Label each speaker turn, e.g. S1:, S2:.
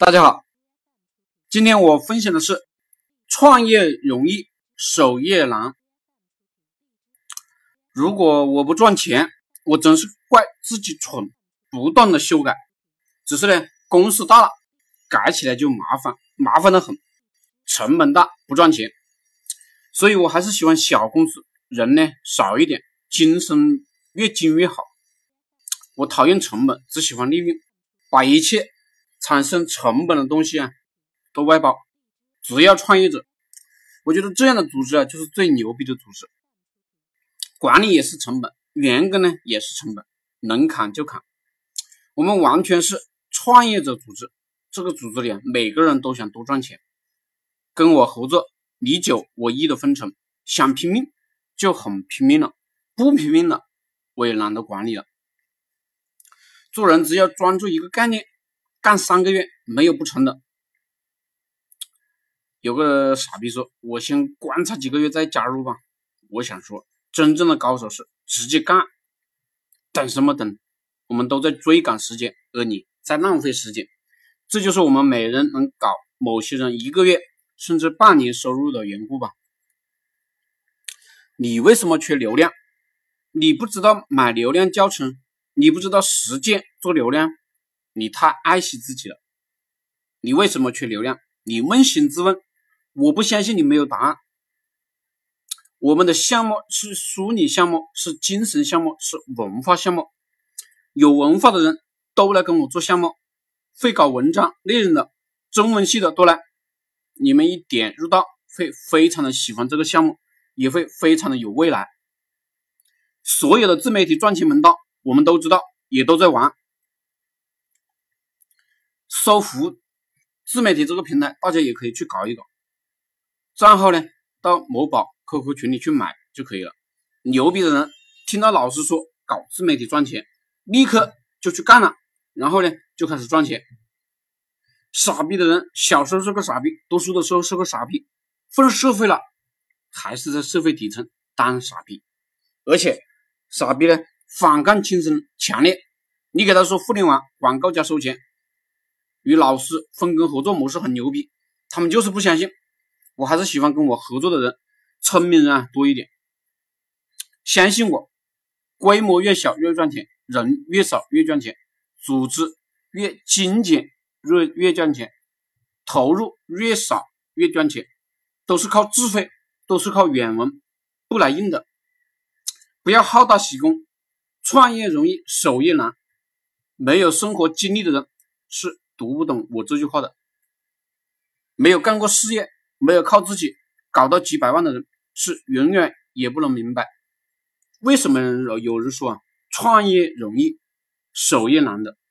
S1: 大家好，今天我分享的是创业容易，守业难。如果我不赚钱，我真是怪自己蠢，不断的修改。只是呢，公司大了，改起来就麻烦的很，成本大，不赚钱。所以我还是喜欢小公司，人呢少一点，精神越精越好。我讨厌成本，只喜欢利润，把一切产生成本的东西都外包。只要创业者，我觉得这样的组织就是最牛逼的组织。管理也是成本，员工呢也是成本，能砍就砍。我们完全是创业者组织，这个组织里每个人都想多赚钱，跟我合作你9我1的分成，想拼命就很拼命了，不拼命了我也懒得管理了。做人只要专注一个概念，干3个月没有不成的。有个傻逼说，我先观察几个月再加入吧。我想说，真正的高手是直接干，等什么等？我们都在追赶时间，而你在浪费时间。这就是我们每人能搞某些人1个月甚至半年收入的缘故吧。你为什么缺流量？你不知道买流量教程，你不知道实践做流量，你太爱惜自己了。你为什么缺流量？你扪心自问，我不相信你没有答案。我们的项目是梳理项目，是精神项目，是文化项目。有文化的人都来跟我做项目，会搞文章内容的，中文系的都来。你们一点入道，会非常的喜欢这个项目，也会非常的有未来。所有的自媒体赚钱门道我们都知道，也都在玩。搜狐自媒体这个平台大家也可以去搞一搞，账号呢到某宝 QQ 群里去买就可以了。牛逼的人听到老师说搞自媒体赚钱，立刻就去干了，然后呢就开始赚钱。傻逼的人小时候是个傻逼，读书的时候是个傻逼，混社会了还是在社会底层当傻逼。而且傻逼呢反抗精神强烈，你给他说互联网广告加收钱，与老师分工合作模式很牛逼，他们就是不相信。我还是喜欢跟我合作的人聪明人多一点。相信我，规模越小越赚钱，人越少越赚钱，组织越精简越赚钱，投入越少越赚钱，都是靠智慧，都是靠远文，不来硬的。不要好大喜功，创业容易，守业难。没有生活经历的人是读不懂我这句话的。没有干过事业，没有靠自己搞到几百万的人是永远也不能明白为什么有人说创业容易，守业难的。